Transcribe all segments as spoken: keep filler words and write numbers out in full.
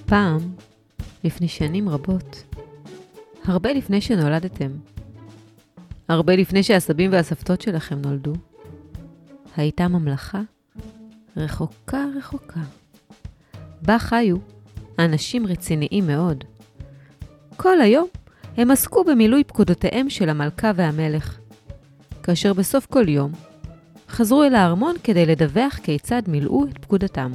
פעם, לפני שנים רבות, הרבה לפני שנולדתם, הרבה לפני שהסבים והסבתות שלכם נולדו, הייתה ממלכה רחוקה רחוקה. בה חיו אנשים רציניים מאוד. כל היום הם עסקו במילוי פקודותיהם של המלכה והמלך, כאשר בסוף כל יום חזרו אל הארמון כדי לדווח כיצד מילאו את פקודתם.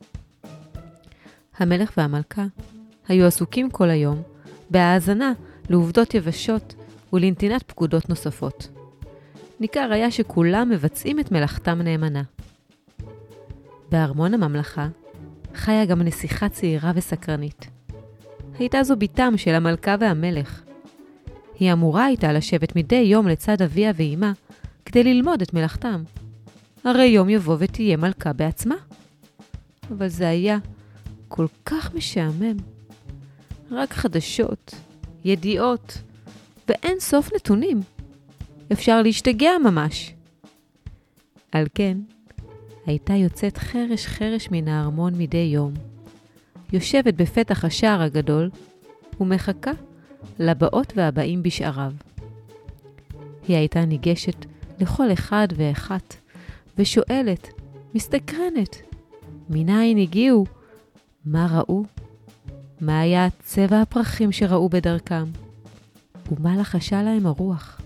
המלך והמלכה היו עסוקים כל היום בהאזנה לעובדות יבשות ולנתינת פקודות נוספות. ניכר היה שכולם מבצעים את מלאכתם נאמנה. בארמון הממלכה חיה גם נסיכה צעירה וסקרנית. הייתה זו ביתם של המלכה והמלך. היא אמורה הייתה לשבת מדי יום לצד אביה ואימה כדי ללמוד את מלאכתם. הרי יום יבוא ותהיה מלכה בעצמה. אבל זה היה כל כך משעמם. רק חדשות, ידיעות, ואין סוף נתונים. אפשר להשתגע ממש. על כן, הייתה יוצאת חרש חרש מן הארמון מדי יום, יושבת בפתח השער הגדול, ומחכה לבאות והבאים בשעריו. היא הייתה ניגשת לכל אחד ואחת, ושואלת, מסתקרנת, מניין הגיעו, מה ראו, מה היה צבע הפרחים שראו בדרכם, ומה לחשה להם הרוח.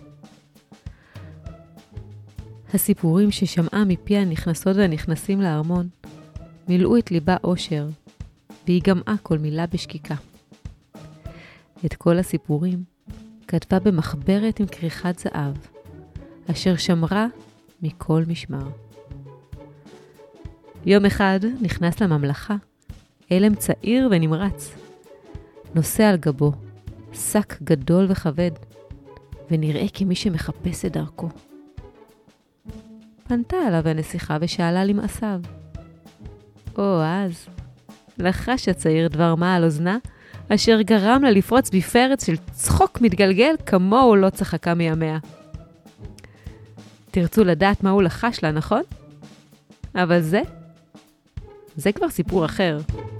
הסיפורים ששמעה מפי הנכנסות והנכנסים לארמון מילאו את ליבה אושר, והיא גמעה כל מילה בשקיקה. את כל הסיפורים כתבה במחברת עם כריכת זהב, אשר שמרה מכל משמר. יום אחד נכנס לממלכה אלם צעיר ונמרץ, נושא על גבו שק גדול וכבד, ונראה כמי שמחפש את דרכו. פנתה עליו הנסיכה ושאלה למעשיו. או אז, לחש הצעיר דבר מה על אוזנה, אשר גרם לה לפרוץ בפרץ של צחוק מתגלגל כמוהו לא צחקה מימיה. תרצו לדעת מה הוא לחש לה, נכון? אבל זה, זה כבר סיפור אחר.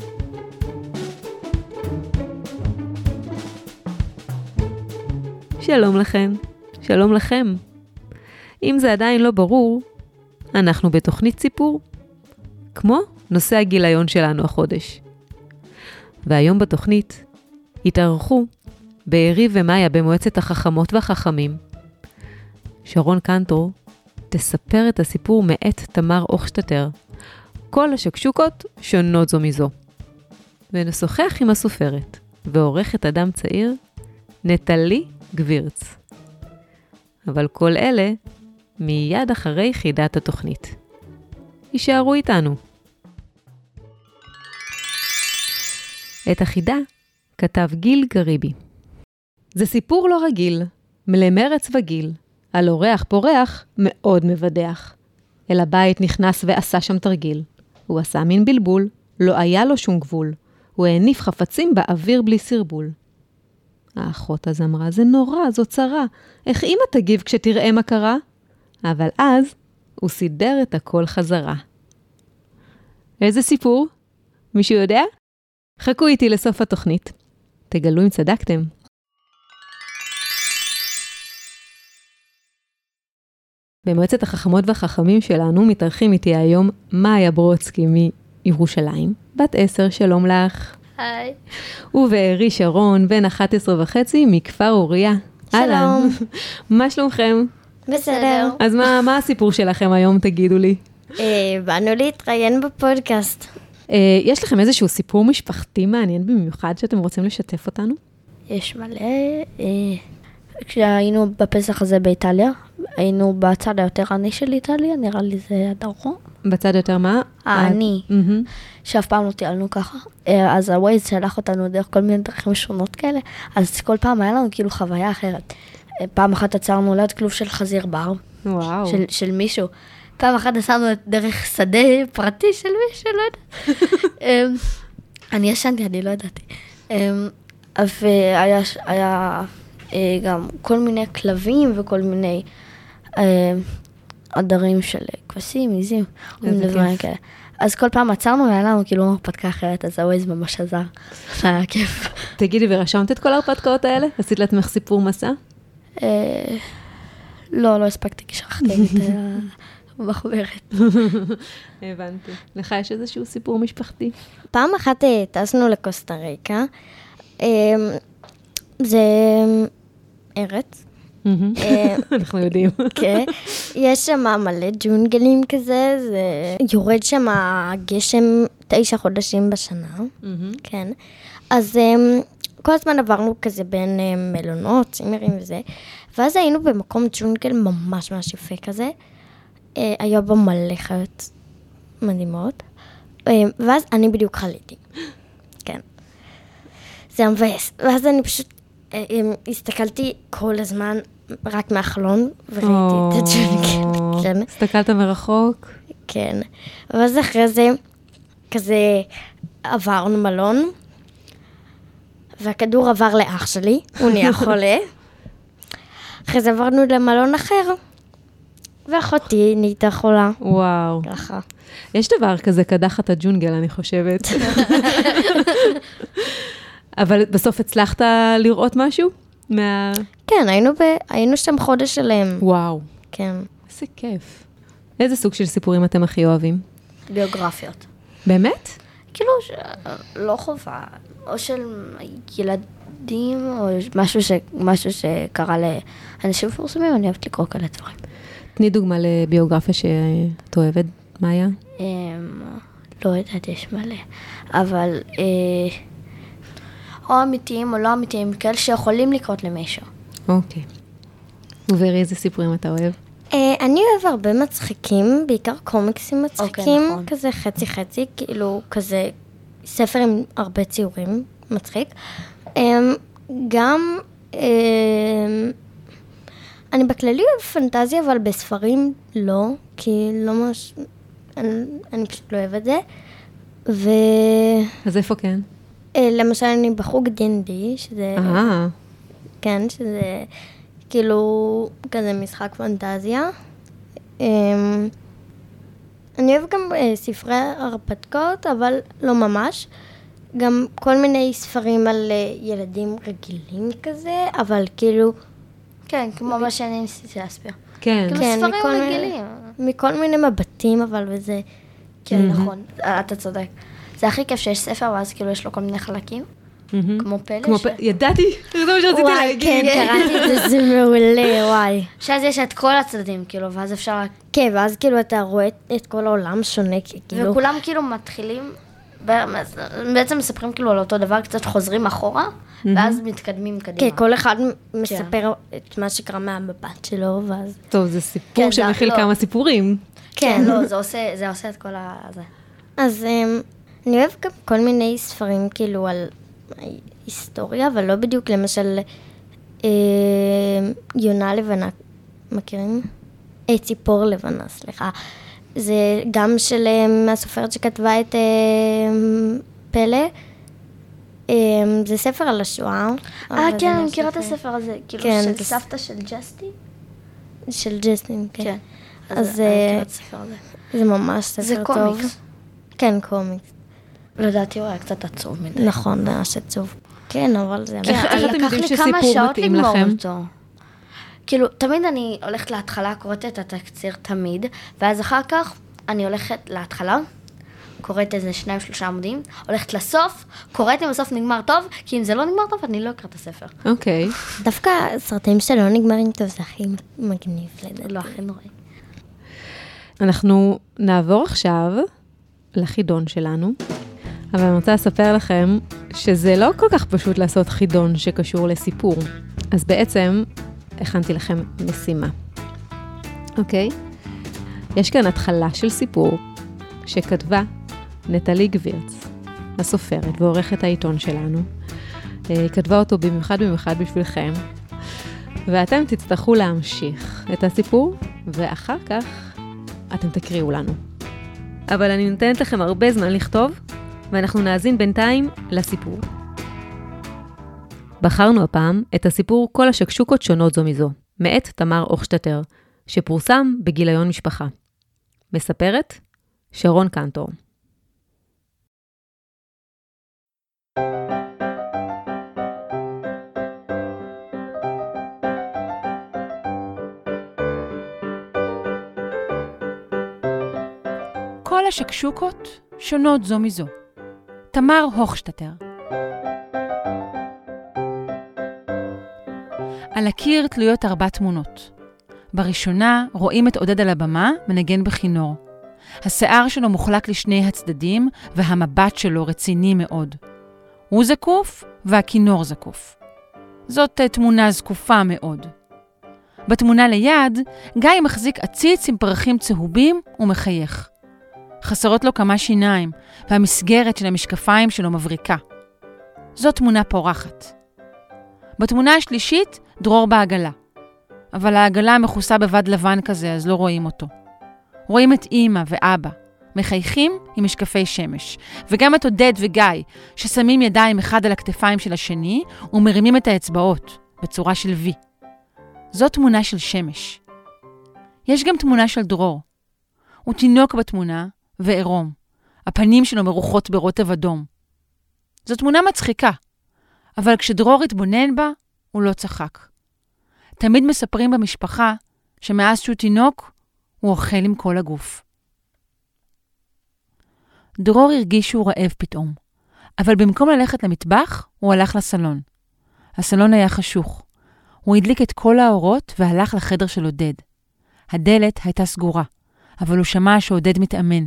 שלום לכם, שלום לכם. אם זה עדיין לא ברור, אנחנו בתוכנית סיפור, כמו נושא הגיליון שלנו החודש. והיום בתוכנית התארחו בארי ומאיה במועצת החכמות והחכמים. שרון קנטור תספר את הסיפור מאת תמר אוכשטטר. כל השקשוקות שונות זו מזו. ונשוחח עם הסופרת ועורכת אדם צעיר נטלי גבירץ. אבל כל אלה מיד אחרי חידת התוכנית. יישארו איתנו. את החידה כתב גיל גריבי. זה סיפור לא רגיל, מלא מרץ וגיל, על אורח פורח מאוד מבדח. אל הבית נכנס ועשה שם תרגיל. הוא עשה מין בלבול, לא היה לו שום גבול. הוא העניף חפצים באוויר בלי סרבול. האחות אז אמרה, זה נורא, זו צרה. איך אמא תגיב כשתראה מה קרה? אבל אז הוא סידר את הכל חזרה. איזה סיפור? מישהו יודע? חכו איתי לסוף התוכנית. תגלו אם צדקתם. במועצת החכמות והחכמים שלנו מתארחים איתי היום מאיה ברוצקי מירושלים, בת עשר, שלום לך. היי. ובארי שרון, בן אחת עשרה וחצי, מכפר אוריה. שלום. מה שלומכם? בסדר. אז מה, מה הסיפור שלכם היום, תגידו לי? אה, באנו להתראיין בפודקאסט. אה, יש לכם איזשהו סיפור משפחתי מעניין במיוחד שאתם רוצים לשתף אותנו? יש מלא. אה, כשהיינו בפסח הזה באיטליה, היינו בצד היותר עני של איטליה, נראה לי זה הדרום. בצד יותר מה? העני. Mm-hmm. שאף פעם לא טיילנו ככה. אה, אז הווייז שלח אותנו דרך כל מיני דרכים שונות כאלה, אז כל פעם היה לנו כאילו חוויה אחרת. אה, פעם אחת עצרנו ליד כלוב של חזיר בר. וואו. של, של מישהו. פעם אחת נסענו דרך שדה פרטי של מישהו, לא יודעת. אני ישנתי, אני לא ידעתי. והיה היה גם כל מיני כלבים וכל מיני עדרים של כבשים, עיזים, ודברים כאלה. אז כל פעם עצרנו, והיה לנו כאילו הרפתקה אחרת, אז הווייז ממש עזר. זה היה כיף. תגידי, ורשמת את כל ההרפתקאות האלה? עשית לעצמך סיפור מסע? לא, לא הספקתי, כי שכחתי את המחברת. הבנתי. לך יש איזשהו סיפור משפחתי? פעם אחת טסנו לקוסטה ריקה. זה ארץ. אנחנו יודעים. כן. יש שם מלא ג'ונגלים כזה, זה יורד שם גשם תשע חודשים בשנה. כן. אז כל הזמן עברנו כזה בין מלונות, צימרים וזה, ואז היינו במקום ג'ונגל ממש ממש יפה כזה. היה בו מלא חיות מדהימות, ואז אני בדיוק חליתי. כן. זה מבאס. ואז אני פשוט הסתכלתי כל הזמן רק מהחלון, וראיתי את הג'ונגל. כן. הסתכלת מרחוק? כן. ואז אחרי זה, כזה עברנו מלון, והכדור עבר לאח שלי, הוא נהיה חולה. אחרי זה עברנו למלון אחר, ואחותי נהייתה חולה. וואו. ככה. יש דבר כזה, קדחת הג'ונגל, אני חושבת. אבל בסוף הצלחת לראות משהו? מה... כן, היינו, ב... היינו שם חודש שלהם. וואו. כן. איזה כיף. איזה סוג של סיפורים אתם הכי אוהבים? ביוגרפיות. באמת? כאילו, ש... לא חובה. או של ילדים, או משהו, ש... משהו שקרה לאנשים מפורסמים, אני אוהבת לקרוא כאלה דברים. תני דוגמה לביוגרפיה שאת אוהבת, מאיה? לא יודעת, יש מלא. אבל... או אמיתיים או לא אמיתיים, כאלה שיכולים לקרות למישהו. אוקיי. ורי, איזה סיפורים אתה אוהב? אני אוהב הרבה מצחיקים, בעיקר קומיקסים מצחיקים, אוקיי, נכון. כזה חצי חצי, כאילו כזה ספר עם הרבה ציורים, מצחיק. גם, אני בכללי אוהב פנטזיה, אבל בספרים לא, כי לא ממש, אני, אני פשוט לא אוהב את זה. ו... אז איפה כן? למשל, אני בחוג די אנד די, שזה... אה. כן, שזה כאילו כזה משחק פנטזיה. אני אוהב גם ספרי הרפתקאות, אבל לא ממש. גם כל מיני ספרים על ילדים רגילים כזה, אבל כאילו... כן, כמו מה שאני ניסיתי להסביר. כן. כאילו ספרים רגילים. מכל מיני מבטים, אבל וזה... כן, נכון, אתה צודק. זה הכי כיף שיש ספר, ואז כאילו יש לו כל מיני חלקים, כמו פלא. ידעתי, זה מה שרציתי להגיד. כן, קראתי את זה, זה מעולה, וואי. שאז יש את כל הצדדים, כאילו, ואז אפשר... כן, ואז כאילו אתה רואה את כל העולם שונה, כאילו... וכולם כאילו מתחילים, בעצם מספרים כאילו על אותו דבר, קצת חוזרים אחורה, ואז מתקדמים קדימה. כן, כל אחד מספר את מה שקרה מהמבט שלו, ואז... טוב, זה סיפור שמכיל כמה סיפורים. כן, לא, זה עושה את כל הזה. אז אני אוהב גם כל מיני ספרים כאילו על היסטוריה, אבל לא בדיוק, למשל, יונה לבנה, מכירים? ציפור לבנה, סליחה. זה גם של הסופרת שכתבה את פלא. זה ספר על השואה. אה, כן, אני מכירה את הספר הזה, כאילו של סבתא של ג'סטי? של ג'סטין, כן. אז אני מכירה את הספר הזה. זה ממש ספר טוב. זה קומיקס. כן, קומיקס. לדעתי הוא היה קצת עצוב מדי. נכון, זה היה שעצוב. כן, אבל זה... איך אתם יודעים שסיפור מתאים לכם? כאילו, תמיד אני הולכת להתחלה, קוראת את התקציר תמיד, ואז אחר כך אני הולכת להתחלה, קוראת איזה שניים, שלושה עמודים, הולכת לסוף, קוראת אם הסוף נגמר טוב, כי אם זה לא נגמר טוב, אני לא אקרא את הספר. אוקיי. דווקא סרטים שלא נגמרים טוב, זה הכי מגניב לדעתי. לא, הכי נוראי. אנחנו נעבור עכשיו לחידון שלנו, אבל אני רוצה לספר לכם שזה לא כל כך פשוט לעשות חידון שקשור לסיפור. אז בעצם הכנתי לכם משימה. אוקיי? יש כאן התחלה של סיפור שכתבה נטלי גבירץ, הסופרת ועורכת העיתון שלנו. היא כתבה אותו במיוחד במיוחד בשבילכם, ואתם תצטרכו להמשיך את הסיפור, ואחר כך אתם תקריאו לנו. אבל אני נותנת לכם הרבה זמן לכתוב, ואנחנו נאזין בינתיים לסיפור. בחרנו הפעם את הסיפור כל השקשוקות שונות זו מזו, מאת תמר אוכשטטר, שפורסם בגיליון משפחה. מספרת שרון קנטור. כל השקשוקות שונות זו מזו. תמר הוכשטטר. על הקיר תלויות ארבע תמונות. בראשונה רואים את עודד על הבמה מנגן בכינור. השיער שלו מוחלק לשני הצדדים והמבט שלו רציני מאוד. הוא זקוף והכינור זקוף. זאת תמונה זקופה מאוד. בתמונה ליד, גיא מחזיק עציץ עם פרחים צהובים ומחייך. חסרות לו כמה שיניים, והמסגרת של המשקפיים שלו מבריקה. זאת תמונה פורחת. בתמונה השלישית, דרור בעגלה. אבל העגלה מכוסה בבד לבן כזה, אז לא רואים אותו. רואים את אמא ואבא, מחייכים עם משקפי שמש, וגם את עודד וגיא, ששמים ידיים אחד על הכתפיים של השני, ומרימים את האצבעות, בצורה של וי. זאת תמונה של שמש. יש גם תמונה של דרור. הוא תינוק בתמונה ועירום. הפנים שלו מרוחות ברוטב אדום. זו תמונה מצחיקה, אבל כשדרור התבונן בה, הוא לא צחק. תמיד מספרים במשפחה שמאז שהוא תינוק, הוא אוכל עם כל הגוף. דרור הרגיש שהוא רעב פתאום, אבל במקום ללכת למטבח, הוא הלך לסלון. הסלון היה חשוך. הוא הדליק את כל האורות והלך לחדר של עודד. הדלת הייתה סגורה, אבל הוא שמע שעודד מתאמן.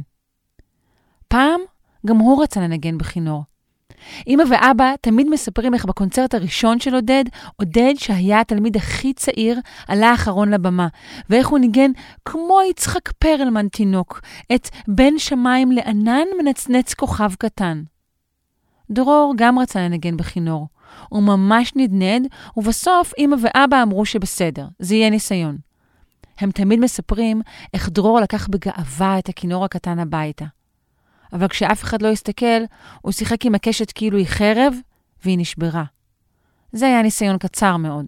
פעם גם הוא רצה לנגן בכינור. אמא ואבא תמיד מספרים איך בקונצרט הראשון של עודד, עודד שהיה התלמיד הכי צעיר, עלה האחרון לבמה, ואיך הוא ניגן כמו יצחק פרלמן תינוק, את בין שמיים לענן מנצנץ כוכב קטן. דרור גם רצה לנגן בכינור. הוא ממש נדנד, ובסוף אמא ואבא אמרו שבסדר, זה יהיה ניסיון. הם תמיד מספרים איך דרור לקח בגאווה את הכינור הקטן הביתה. אבל כשאף אחד לא הסתכל, הוא שיחק עם הקשת כאילו היא חרב, והיא נשברה. זה היה ניסיון קצר מאוד.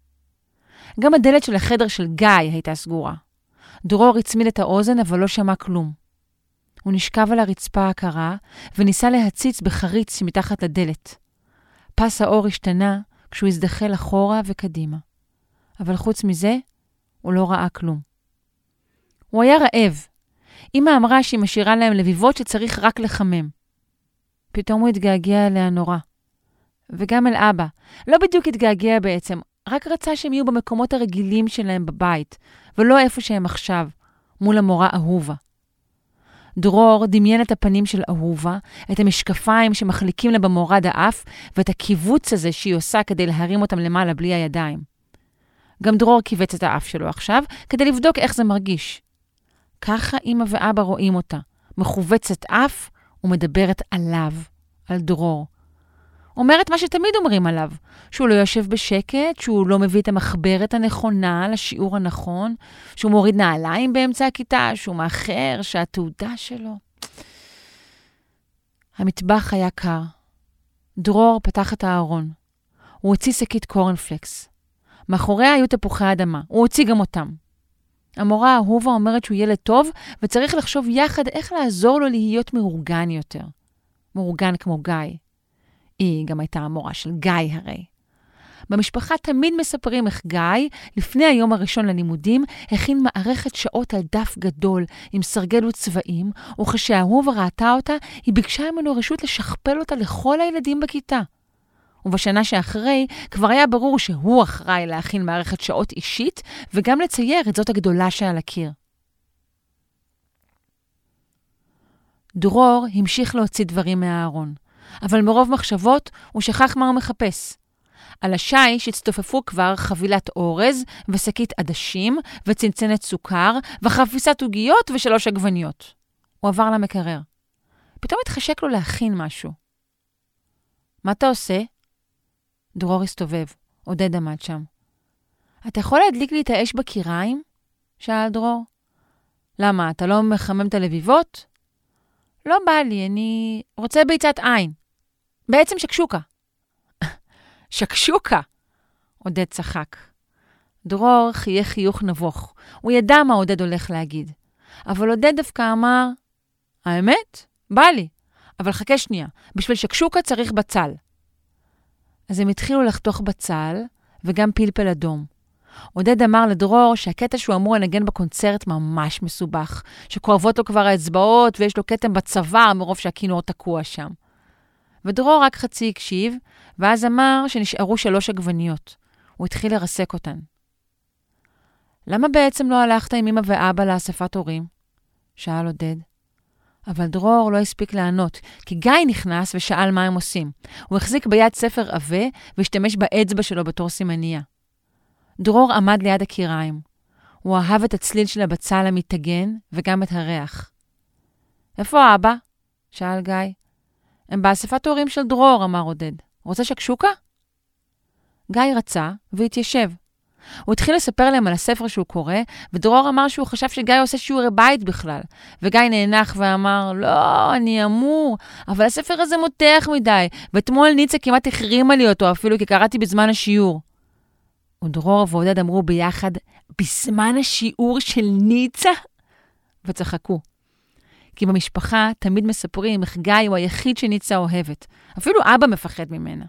גם הדלת של החדר של גיא הייתה סגורה. דרור הצמיד את האוזן, אבל לא שמע כלום. הוא נשכב על הרצפה הקרה, וניסה להציץ בחריץ שמתחת לדלת. פס האור השתנה כשהוא הזדחל אחורה וקדימה. אבל חוץ מזה, הוא לא ראה כלום. הוא היה רעב. אמא אמרה שהיא משאירה להם לביבות שצריך רק לחמם. פתאום הוא התגעגע אליה נורא. וגם אל אבא. לא בדיוק התגעגע בעצם, רק רצה שהם יהיו במקומות הרגילים שלהם בבית, ולא איפה שהם עכשיו, מול המורה אהובה. דרור דמיין את הפנים של אהובה, את המשקפיים שמחליקים לה במורד האף, ואת הקיבוץ הזה שהיא עושה כדי להרים אותם למעלה בלי הידיים. גם דרור קיבץ את האף שלו עכשיו, כדי לבדוק איך זה מרגיש. ככה אמא ואבא רואים אותה, מחובצת אף ומדברת עליו, על דרור. אומרת מה שתמיד אומרים עליו, שהוא לא יושב בשקט, שהוא לא מביא את המחברת הנכונה לשיעור הנכון, שהוא מוריד נעליים באמצע הכיתה, שהוא מאחר, שהתעודה שלו. המטבח היה קר. דרור פתח את הארון. הוא הוציא שקית קורנפלקס. מאחוריה היו תפוחי אדמה. הוא הוציא גם אותם. המורה האהובה אומרת שהוא ילד טוב, וצריך לחשוב יחד איך לעזור לו להיות מאורגן יותר. מאורגן כמו גיא. היא גם הייתה המורה של גיא הרי. במשפחה תמיד מספרים איך גיא, לפני היום הראשון ללימודים, הכין מערכת שעות על דף גדול עם סרגל וצבעים, וכשהאהובה ראתה אותה, היא ביקשה ממנו רשות לשכפל אותה לכל הילדים בכיתה. ובשנה שאחרי, כבר היה ברור שהוא אחראי להכין מערכת שעות אישית, וגם לצייר את זאת הגדולה שעל הקיר. דרור המשיך להוציא דברים מהארון. אבל מרוב מחשבות הוא שכח מה הוא מחפש. על השיש הצטופפו כבר חבילת אורז ושקית עדשים וצנצנת סוכר וחפיסת עוגיות ושלוש עגבניות. הוא עבר למקרר. פתאום התחשק לו להכין משהו. מה אתה עושה? דרור הסתובב. עודד עמד שם. אתה יכול להדליק לי את האש בקיריים? שאל דרור. למה, אתה לא מחמם את הלביבות? לא בא לי, אני רוצה ביצת עין. בעצם שקשוקה. שקשוקה! עודד צחק. דרור חייך חיוך נבוך. הוא ידע מה עודד הולך להגיד. אבל עודד דווקא אמר, האמת? בא לי. אבל חכה שנייה, בשביל שקשוקה צריך בצל. אז הם התחילו לחתוך בצל, וגם פלפל אדום. עודד אמר לדרור שהקטע שהוא אמור לנגן בקונצרט ממש מסובך, שכואבות לו כבר האצבעות ויש לו קטם בצוואר מרוב שהכינור תקוע שם. ודרור רק חצי הקשיב, ואז אמר שנשארו שלוש עגבניות. הוא התחיל לרסק אותן. למה בעצם לא הלכת עם אמא ואבא לאספת הורים? שאל עודד. אבל דרור לא הספיק לענות, כי גיא נכנס ושאל מה הם עושים. הוא החזיק ביד ספר עבה והשתמש באצבע שלו בתור סימניה. דרור עמד ליד הקיריים. הוא אהב את הצליל של הבצל המתגן וגם את הריח. איפה אבא? שאל גיא. הם באספת הורים של דרור, אמר עודד. רוצה שקשוקה? גיא רצה והתיישב. הוא התחיל לספר להם על הספר שהוא קורא, ודרור אמר שהוא חשב שגיא עושה שיעורי בית בכלל. וגיא נאנח ואמר, לא, אני אמור, אבל הספר הזה מותח מדי, ואתמול ניצה כמעט החרימה לי אותו, אפילו כי קראתי בזמן השיעור. ודרור ועודד אמרו ביחד, בזמן השיעור של ניצה? וצחקו. כי במשפחה תמיד מספרים איך גיא הוא היחיד שניצה אוהבת. אפילו אבא מפחד ממנה.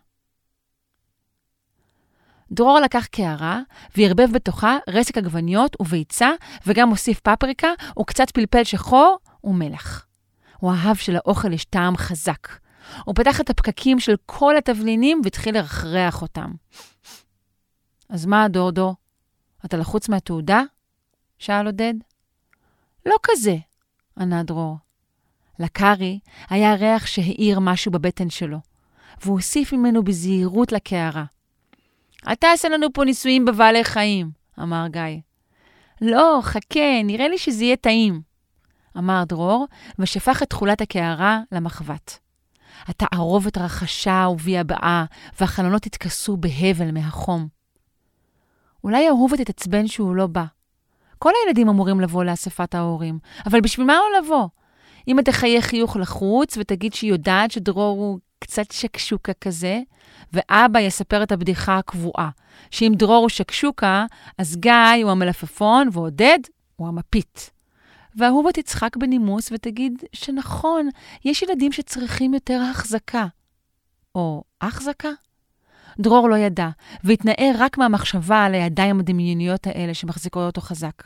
דרור לקח קערה והרבב בתוכה רסק עגבניות וביצה וגם הוסיף פפריקה וקצת פלפל שחור ומלח. הוא אהב שלאוכל יש טעם חזק. הוא פתח את הפקקים של כל התבלינים והתחיל לרחרח אותם. אז מה, דורדו? אתה לחוץ מהתעודה? שאל עודד. לא כזה, ענה דרור. לקרי היה ריח שהאיר משהו בבטן שלו, והוא הוסיף ממנו בזהירות לקערה. אל תעשה לנו פה ניסויים בבעלי חיים, אמר גיא. לא, חכה, נראה לי שזה יהיה טעים, אמר דרור, ושפך את תכולת הקערה למחבת. התערובת רחשה וביעה, והחלונות התכסו בהבל מהחום. אולי אהובת את עצבן שהוא לא בא. כל הילדים אמורים לבוא לאספת ההורים, אבל בשביל מה לא לבוא? אם אתה חייך חיוך לחוץ ותגיד שהיא יודעת שדרור הוא קצת שקשוקה כזה, ואבא יספר את הבדיחה הקבועה, שאם דרור הוא שקשוקה, אז גיא הוא המלפפון ועודד הוא המפית. והאהובה תצחק בנימוס ותגיד שנכון, יש ילדים שצריכים יותר החזקה. או החזקה? דרור לא ידע, והתנער רק מהמחשבה על הידיים הדמיוניות האלה שמחזיקות אותו חזק.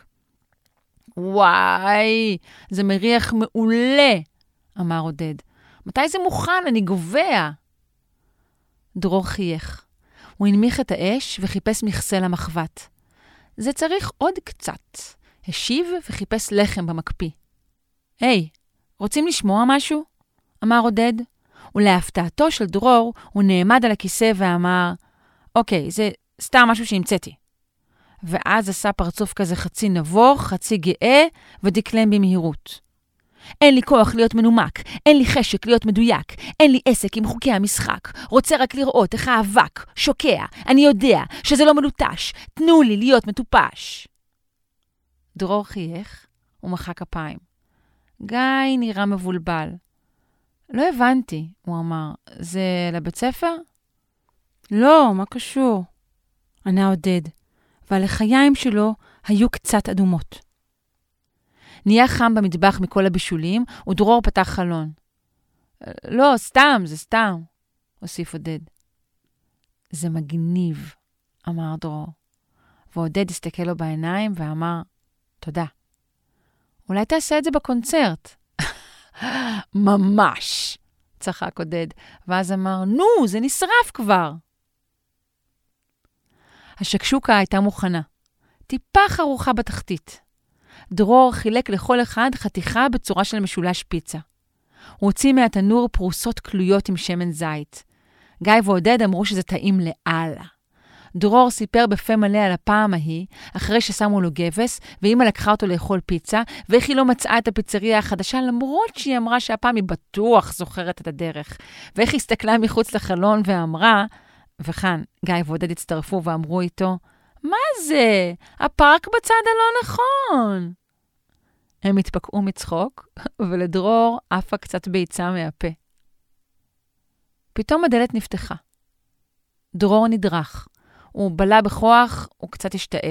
וואי, זה מריח מעולה, אמר עודד. מתי זה מוכן? אני גובע. דרור חייך. הוא הנמיך את האש וחיפש מכסה למחבת. זה צריך עוד קצת. השיב וחיפש לחם במקפיא. היי, רוצים לשמוע משהו? אמר עודד. ולהפתעתו של דרור, הוא נעמד על הכיסא ואמר, אוקיי, זה סתם משהו שהמצאתי. ואז עשה פרצוף כזה חצי נבוך, חצי גאה, ודקלם במהירות. אין לי כוח להיות מנומק, אין לי חשק להיות מדויק, אין לי עסק עם חוקי המשחק, רוצה רק לראות איך האבק, שוקע, אני יודע שזה לא מלוטש, תנו לי להיות מטופש. דרור חייך ומחא כפיים. גיא נראה מבולבל. לא הבנתי, הוא אמר, זה לבית ספר? לא, מה קשור? ענה עודד, והלחיים שלו היו קצת אדומות. נהיה חם במטבח מכל הבישולים, ודרור פתח חלון. לא, סתם, זה סתם, הוסיף עודד. זה מגניב, אמר דרור. ועודד הסתכל לו בעיניים ואמר, תודה. אולי תעשה את זה בקונצרט. ממש, צחק עודד, ואז אמר, נו, זה נשרף כבר. השקשוקה הייתה מוכנה, טיפה חרוכה בתחתית. דרור חילק לכל אחד חתיכה בצורה של משולש פיצה. הוא הוציא מהתנור פרוסות כלויות עם שמן זית. גיא ועודד אמרו שזה טעים לאללה. דרור סיפר בפה מלא על הפעם ההיא, אחרי ששמו לו גבס, ואמא לקחה אותו לאכול פיצה, ואיך היא לא מצאה את הפיצריה החדשה, למרות שהיא אמרה שהפעם היא בטוח זוכרת את הדרך. ואיך היא הסתכלה מחוץ לחלון ואמרה, וכאן גיא ועודד הצטרפו ואמרו איתו, מה זה? הפארק בצד הלא נכון. הם התפקעו מצחוק, ולדרור עפה קצת ביצה מהפה. פתאום הדלת נפתחה. דרור נדרך. הוא בלה בכוח, הוא קצת השתעל.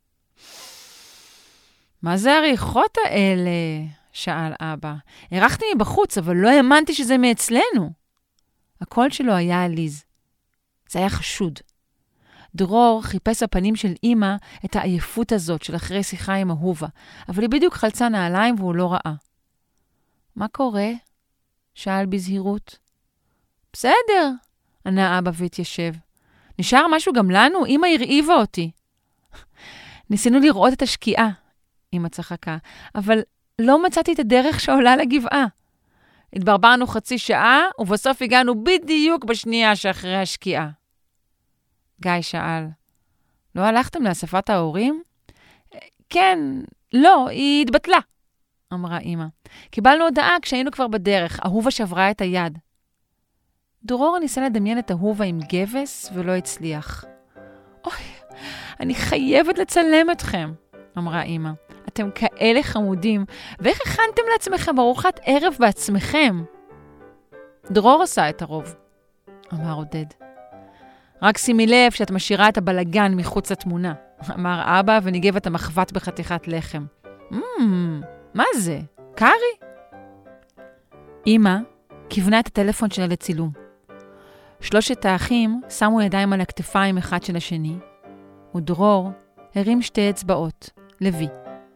מה זה הריחות האלה? שאל אבא. ערכתי מבחוץ, אבל לא האמנתי שזה מאצלנו. הקול שלו היה עליז. זה היה חשוד. דרור חיפש בפנים של אמא את העייפות הזאת של אחרי שיחה עם אהובה, אבל היא בדיוק חלצה נעליים והוא לא ראה. מה קורה? שאל בזהירות. בסדר, ענה אבא והתיישב. נשאר משהו גם לנו? אמא הרעיבה אותי. ניסינו לראות את השקיעה, אמא צחקה, אבל לא מצאתי את הדרך שעולה לגבעה. התברברנו חצי שעה, ובסוף הגענו בדיוק בשנייה שאחרי השקיעה. גיא שאל, לא הלכתם לאספת ההורים? כן, לא, היא התבטלה, אמרה אמא. קיבלנו הודעה כשהיינו כבר בדרך, אהובה שברה את היד. דרור ניסה לדמיין את אהובה עם גבס ולא הצליח. אוי, אני חייבת לצלם אתכם, אמרה אמא. אתם כאלה חמודים, ואיך הכנתם לעצמכם ארוחת ערב בעצמכם? דרור עשה את הרוב, אמר עודד. רק שימי לב שאת משאירה את הבלגן מחוץ לתמונה, אמר אבא וניגב את המחבת בחתיכת לחם. Mm, מה זה? קרי? אמא כיוונה את הטלפון שלה לצילום. שלושת האחים שמו ידיים על הכתפיים אחד של השני, ודרור הרים שתי אצבעות, לוי.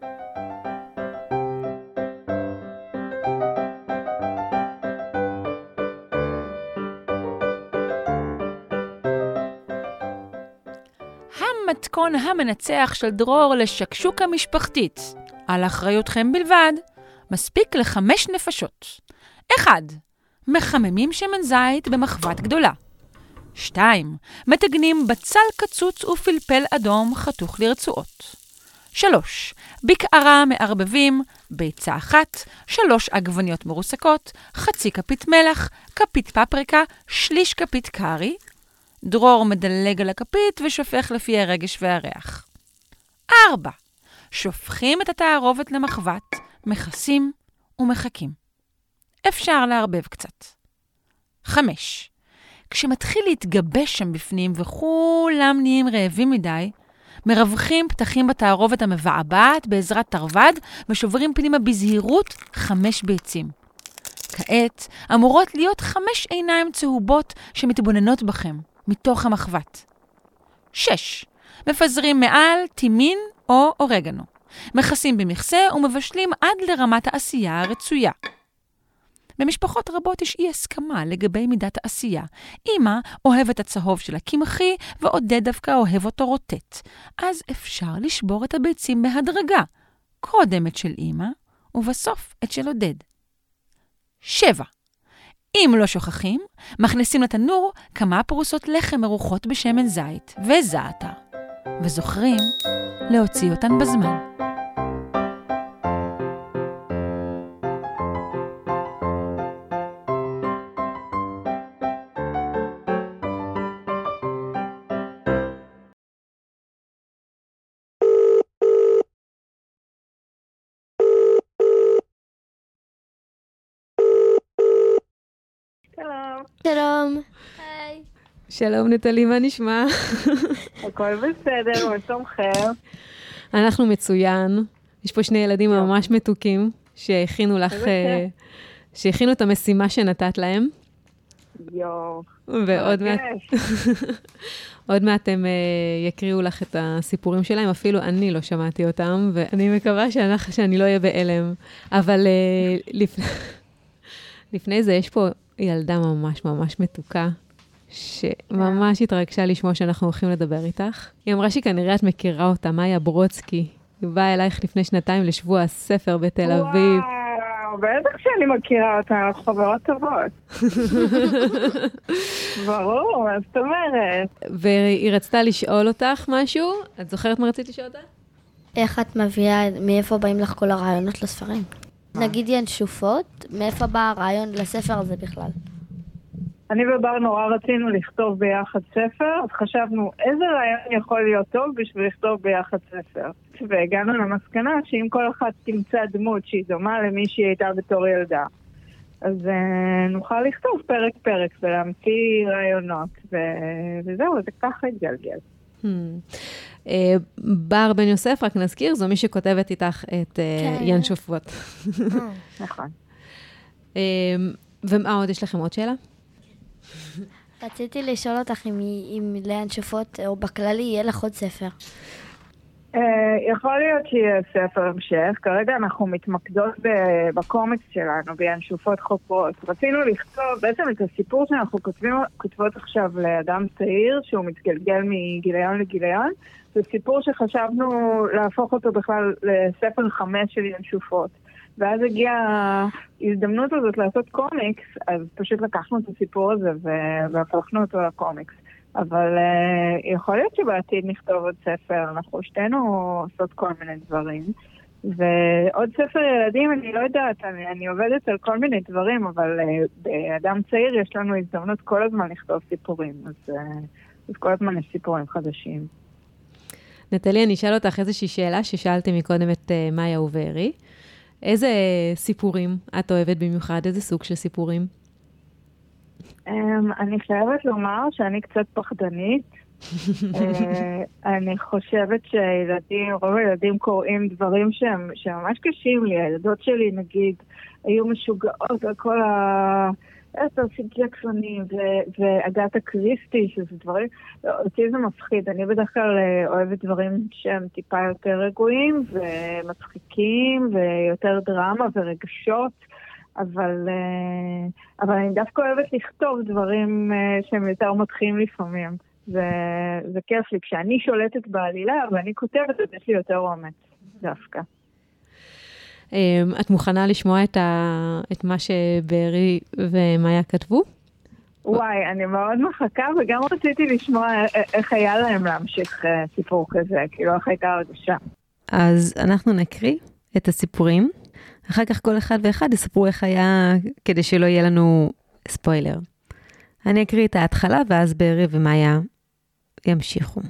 המתכון המנצח של דרור לשקשוקה משפחתית. על אחריותכם בלבד, מספיק לחמש נפשות. אחד, מחממים שמן זית במחבת גדולה. שתיים, מתגנים בצל קצוץ ופלפל אדום חתוך לרצועות. שלוש, בקערה מערבבים, ביצה אחת, שלוש עגבניות מרוסקות, חצי כפית מלח, כפית פפריקה, שליש כפית קרי. דרור מדלג על הכפית ושופך לפי הרגש והריח. ארבע, שופכים את התערובת למחבת, מכסים ומחכים. אפשר לערבב קצת. חמש, כשמתחיל להתגבש שם בפנים וכולם נהיים רעבים מדי, מרווחים פתחים בתערובת המבעבעת בעזרת תרווד ושוברים פנימה בזהירות חמש ביצים. כעת אמורות להיות חמש עיניים צהובות שמתבוננות בכם מתוך המחבת. שש, מפזרים מעל תימין או אורגנו. מכסים במכסה ומבשלים עד לרמת העשייה הרצויה. במשפחות רבות יש אי הסכמה לגבי מידת העשייה. אמא אוהבת הצהוב של הקמחי ועודד דווקא אוהב אותו רוטט. אז אפשר לשבור את הביצים בהדרגה. קודם את של אמא ובסוף את של עודד. שבע. אם לא שוכחים, מכניסים לתנור כמה פרוסות לחם מרוחות בשמן זית וזעתר. וזוכרים להוציא אותן בזמן. שלום. היי. שלום נטלי, מה נשמע? הכל בסדר, מה שלומכם? אנחנו מצוין. יש פה שני ילדים ממש מתוקים שהכינו לך, שהכינו את המשימה שנתת להם. יואו. ועוד מעט, עוד מעט הם יקריאו לך את הסיפורים שלהם, אפילו אני לא שמעתי אותם, ואני מקווה שאנחנו, שאני לא אהיה באלם. אבל לפני, לפני זה יש פה ילדה ממש ממש מתוקה, שממש התרגשה לשמוע שאנחנו הולכים לדבר איתך. היא אמרה שכנראה את מכירה אותה, מאיה ברוצקי. היא באה אלייך לפני שנתיים לשבוע הספר בתל אביב. וואו, בטח שאני מכירה אותה, חברות טובות. ברור, מה זאת אומרת? והיא רצתה לשאול אותך משהו. את זוכרת מה רצית לשאול אותה? איך את מביאה, מאיפה באים לך כל הרעיונות לספרים? נגיד ינשופות, מאיפה בא הרעיון לספר הזה בכלל? אני ובר נורא רצינו לכתוב ביחד ספר, אז חשבנו איזה רעיון יכול להיות טוב בשביל לכתוב ביחד ספר. והגענו למסקנה שאם כל אחת תמצא דמות שהיא דומה למי שהיא הייתה בתור ילדה, אז uh, נוכל לכתוב פרק פרק ולהמציא רעיונות, ו- וזהו, זה ככה התגלגל. Hmm. Uh, בר בן יוסף, רק נזכיר, זו מי שכותבת איתך את uh, ינשופות. נכון. uh, ומה עוד, יש לכם עוד שאלה? רציתי לשאול אותך אם, אם לאנשופות או בכללי יהיה לך עוד ספר. Uh, יכול להיות שיהיה ספר המשך, כרגע אנחנו מתמקדות בקומיקס שלנו, באנשופות חוקרות. רצינו לכתוב בעצם את הסיפור שאנחנו כותבים, כותבות עכשיו לאדם צעיר, שהוא מתגלגל מגיליון לגיליון. זה סיפור שחשבנו להפוך אותו בכלל לספר חמש של אנשופות. ואז הגיעה ההזדמנות הזאת לעשות קומיקס, אז פשוט לקחנו את הסיפור הזה והפכנו אותו לקומיקס. אבל uh, יכול להיות שבעתיד נכתוב עוד ספר, אנחנו שתינו עושות כל מיני דברים. ועוד ספר ילדים, אני לא יודעת, אני, אני עובדת על כל מיני דברים, אבל uh, באדם צעיר יש לנו הזדמנות כל הזמן לכתוב סיפורים, אז, uh, אז כל הזמן יש סיפורים חדשים. נטלי, אני אשאל אותך איזושהי שאלה ששאלתי מקודם את uh, מאיה ובארי. איזה סיפורים את אוהבת במיוחד? איזה סוג של סיפורים? Um, אני חייבת לומר שאני קצת פחדנית. uh, אני חושבת שילדים, רוב הילדים קוראים דברים שהם, שממש קשים לי. הילדות שלי, נגיד, היו משוגעות על כל ה... פרסי ג'קסונים ואגתה קריסטי, שזה דברים, אותי זה מפחיד. אני בדרך כלל אוהבת דברים שהם טיפה יותר רגועים ומצחיקים ויותר דרמה ורגשות, אבל, אבל אני דווקא אוהבת לכתוב דברים שהם יותר מתחילים לפעמים. זה, זה כיף לי. כשאני שולטת בעלילה ואני כותבת, אז יש לי יותר אומץ דווקא. את מוכנה לשמוע את, ה... את מה שבארי ומאיה כתבו? וואי, אני מאוד מחכה, וגם רציתי לשמוע איך היה להם להמשיך סיפור כזה, כאילו איך הייתה הרגשה. אז אנחנו נקריא את הסיפורים, אחר כך כל אחד ואחד יספרו איך היה, כדי שלא יהיה לנו ספוילר. אני אקריא את ההתחלה, ואז בארי ומאיה ימשיכו.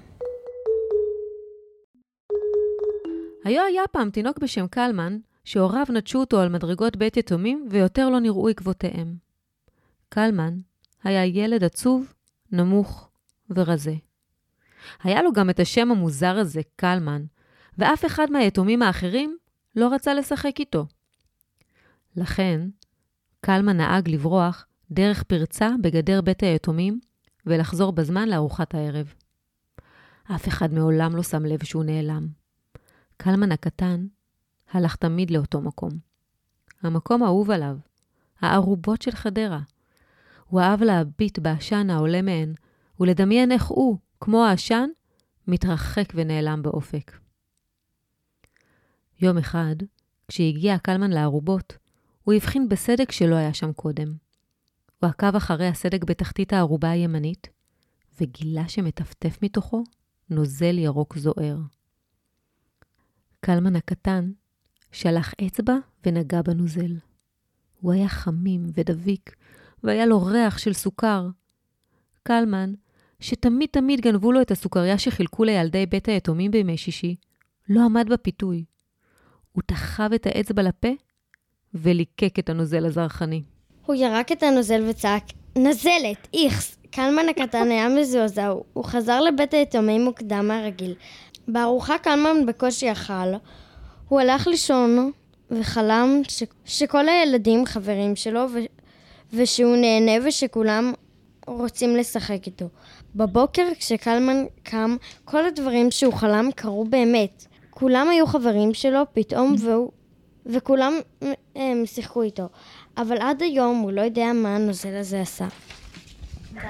היה היה פעם תינוק בשם קלמן, שהוריו נטשו אותו על מדרגות בית יתומים, ויותר לא נראו עקבותיהם. קלמן היה ילד עצוב, נמוך ורזה. היה לו גם את השם המוזר הזה, קלמן, ואף אחד מהיתומים האחרים לא רצה לשחק איתו. לכן, קלמן נהג לברוח דרך פרצה בגדר בית היתומים, ולחזור בזמן לארוחת הערב. אף אחד מעולם לא שם לב שהוא נעלם. קלמן הקטן הלך תמיד לאותו מקום. המקום האהוב עליו, הערובות של חדרה. הוא אהב להביט בעשן העולה מהן, ולדמיין איך הוא, כמו העשן, מתרחק ונעלם באופק. יום אחד, כשהגיע קלמן לערובות, הוא הבחין בסדק שלא היה שם קודם. הוא עקב אחרי הסדק בתחתית הערובה הימנית, וגילה שמטפטף מתוכו נוזל ירוק זוהר. קלמן הקטן שלח אצבע ונגע בנוזל. הוא היה חמים ודביק, והיה לו ריח של סוכר. קלמן, שתמיד תמיד גנבו לו את הסוכריה שחילקו לילדי בית היתומים בימי שישי, לא עמד בפיתוי. הוא תחב את האצבע לפה, וליקק את הנוזל הזרחני. הוא ירק את הנוזל וצעק, נזלת, איכס. קלמן הקטן היה מזועזע, הוא חזר לבית היתומים מוקדם מהרגיל. בארוחה קלמן בקושי אכל, הוא הלך לישון וחלם ש... שכל הילדים חברים שלו ו... ושהוא נהנה ושכולם רוצים לשחק איתו. בבוקר כשקלמן קם, כל הדברים שהוא חלם קרו באמת. כולם היו חברים שלו פתאום והוא... וכולם הם, שיחקו איתו. אבל עד היום הוא לא יודע מה הנוזל הזה עשה. כל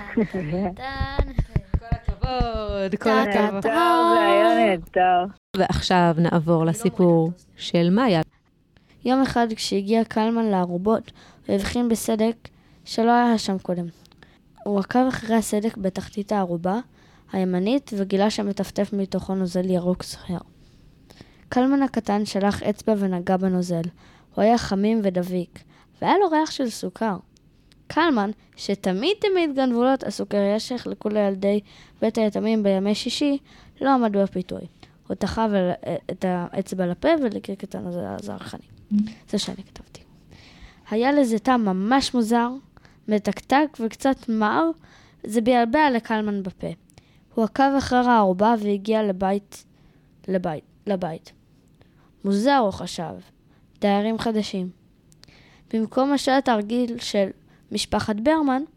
הכבוד, כל הכבוד. טוב, זה היה נהדר. ועכשיו נעבור לסיפור של מאיה. יום אחד כשהגיע קלמן לערובות, הוא הבחין בסדק שלא היה שם קודם. הוא עקב אחרי הסדק בתחתית הערובה הימנית וגילה שמטפטף מתוכו נוזל ירוק זוהר. קלמן הקטן שלח אצבע ונגע בנוזל. הוא היה חמים ודביק, והיה לו ריח של סוכר. קלמן, שתמיד תמיד גנבו לו את הסוכריה שהחלקו לילדי בית היתומים בימי שישי, לא עמד בפיתוי. הוא תחב את האצבע לפה וליקק את הנוזל הזרחני. זה שאני כתבתי. היה לזה טעם ממש מוזר, מתקתק וקצת מר, זה בלבל לקלמן בפה. הוא עקב אחר הערובה והגיע לבית, לבית, לבית. מוזר הוא חשב, דיירים חדשים. במקום השלט הרגיל של משפחת ברמן,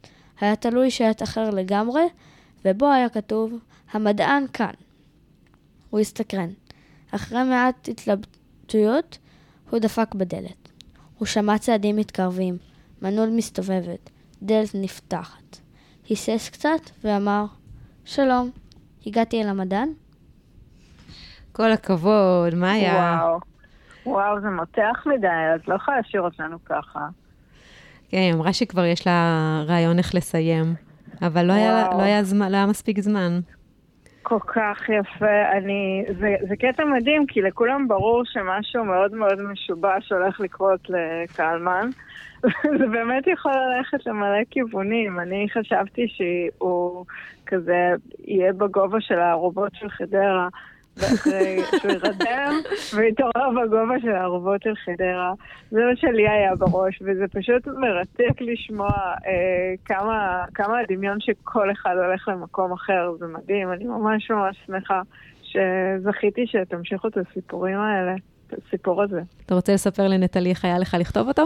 היה תלוי שלט אחר לגמרי, ובו היה כתוב, המדען כאן. הוא הסתקרן. אחרי מעט התלבטויות, הוא דפק בדלת. הוא שמע צעדים מתקרבים, מנעול מסתובבת, דלת נפתחת. היסס קצת ואמר, שלום, הגעתי אל המדען? כל הכבוד, מה היה? וואו, וואו, זה מותח מדי, אז לא יכולה להשאיר אותנו ככה. כן, היא אמרה שכבר יש לה רעיון איך לסיים, אבל לא היה, לא היה, זמן, לא היה מספיק זמן. כל כך יפה, אני, זה, זה קטע מדהים, כי לכולם ברור שמשהו מאוד מאוד משובש הולך לקרות לקלמן, זה באמת יכול ללכת למלא כיוונים. אני חשבתי שהוא כזה יהיה בגובה של הערובות של חדרה, ואחרי שהוא ירדם ויתעורר בגובה של הערובות של חדרה. זה מה שלי היה בראש, וזה פשוט מרתק לשמוע אה, כמה, כמה הדמיון שכל אחד הולך למקום אחר. זה מדהים, אני ממש ממש שמחה שזכיתי שתמשיכו את הסיפורים האלה, את הסיפור הזה. אתה רוצה לספר לנטלי איך היה לך לכתוב אותו?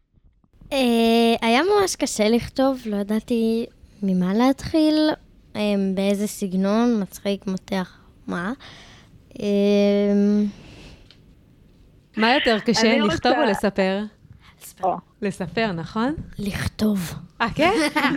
היה ממש קשה לכתוב, לא ידעתי ממה להתחיל, באיזה סגנון, מצחיק, מותח, מה. מה יותר קשה, לכתוב או לספר? לספר. לספר, נכון? לכתוב. אה, כן?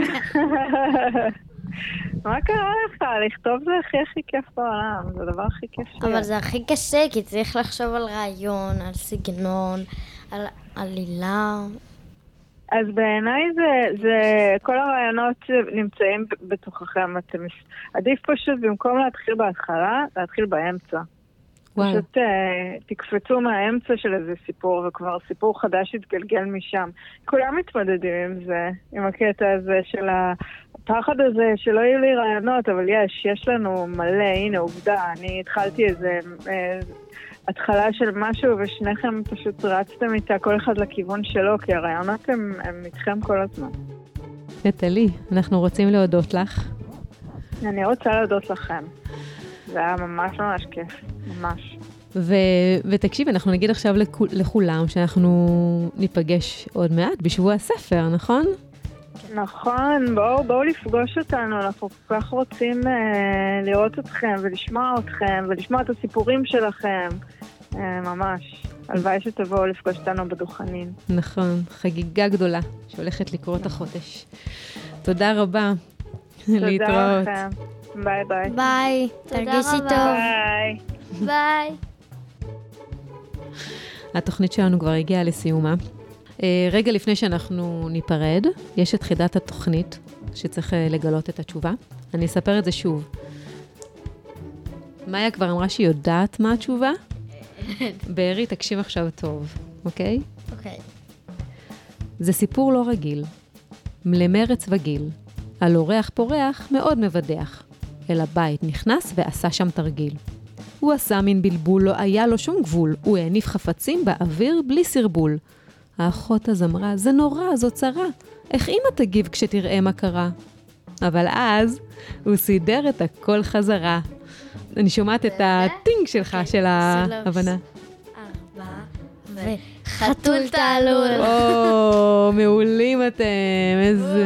מה קרה לך? לכתוב זה הכי הכי כיף בעולם, זה הדבר הכי כיף שלי. אבל זה הכי קשה, כי צריך לחשוב על רעיון, על סגנון, על עלילה. אז בעיניי זה, זה, כל הרעיונות נמצאים בתוככם. אתם עדיף פשוט במקום להתחיל בהתחלה, להתחיל באמצע. וואו. פשוט uh, תקפצו מהאמצע של איזה סיפור, וכבר סיפור חדש יתגלגל משם. כולם מתמודדים עם זה, עם הקטע הזה של הפחד הזה, שלא יהיו לי רעיונות, אבל יש, יש לנו מלא, הנה עובדה, אני התחלתי איזה uh, התחלה של משהו, ושניכם פשוט רצתם איתה כל אחד לכיוון שלו, כי הרעיונות הם, הם איתכם כל הזמן. נטלי, אנחנו רוצים להודות לך. אני רוצה להודות לכם. זה היה ממש ממש כיף, ממש. ו- ותקשיב, אנחנו נגיד עכשיו לכול, לכולם שאנחנו ניפגש עוד מעט בשבוע הספר, נכון? נכון, בואו, בואו לפגוש אותנו, אנחנו כל כך רוצים אה, לראות אתכם ולשמוע אתכם ולשמוע את הסיפורים שלכם, אה, ממש. הלוואי שתבואו לפגוש אותנו בדוכנים. נכון, חגיגה גדולה שהולכת לקרות החודש. תודה רבה. תודה להתראות. לכם. ביי ביי. ביי, תרגישי טוב. ביי. ביי. התוכנית שלנו כבר הגיעה לסיומה. רגע לפני שאנחנו ניפרד, יש את חידת התוכנית שצריך לגלות את התשובה. אני אספר את זה שוב. מאיה כבר אמרה שהיא יודעת מה התשובה. בארי, תקשיב עכשיו טוב, אוקיי? אוקיי. זה סיפור לא רגיל, למרץ וגיל, על אורח פורח מאוד מבדח. אל הבית נכנס ועשה שם תרגיל. הוא עשה מין בלבול, לא היה לו שום גבול, הוא העניף חפצים באוויר בלי סרבול. האחות אז אמרה, זה נורא, זו צרה, איך אמא תגיב כשתראה מה קרה? אבל אז הוא סידר את הכל חזרה. אני שומעת את הטינג שלך, של ההבנה. ארבע, וחתול תעלול. או, מעולים אתם, איזה...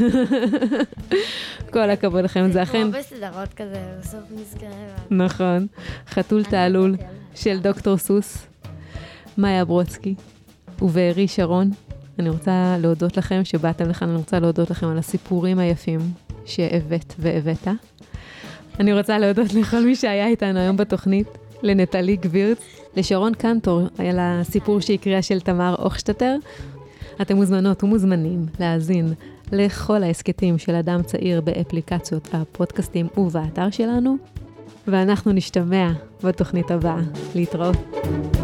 כל הכבוד לכם, זה אכן... כמו בסדרות כזה, בסוף נזכרה. נכון, חתול תעלול של דוקטור סוס, מאיה ברוצקי ובארי שרון. אני רוצה להודות לכם שבאתם לכאן, אני רוצה להודות לכם על הסיפורים היפים שהבאת והבאת. אני רוצה להודות לכל מי שהיה איתנו היום בתוכנית, לנטלי גבירץ, לשרון קנטור, על הסיפור שהקריאה של תמר אוכשטטר. אתם מוזמנות ומוזמנים להאזין לכל העסקטים של אדם צעיר באפליקציות הפודקאסטים ובאתר שלנו, ואנחנו נשתמע בתוכנית הבאה. להתראות.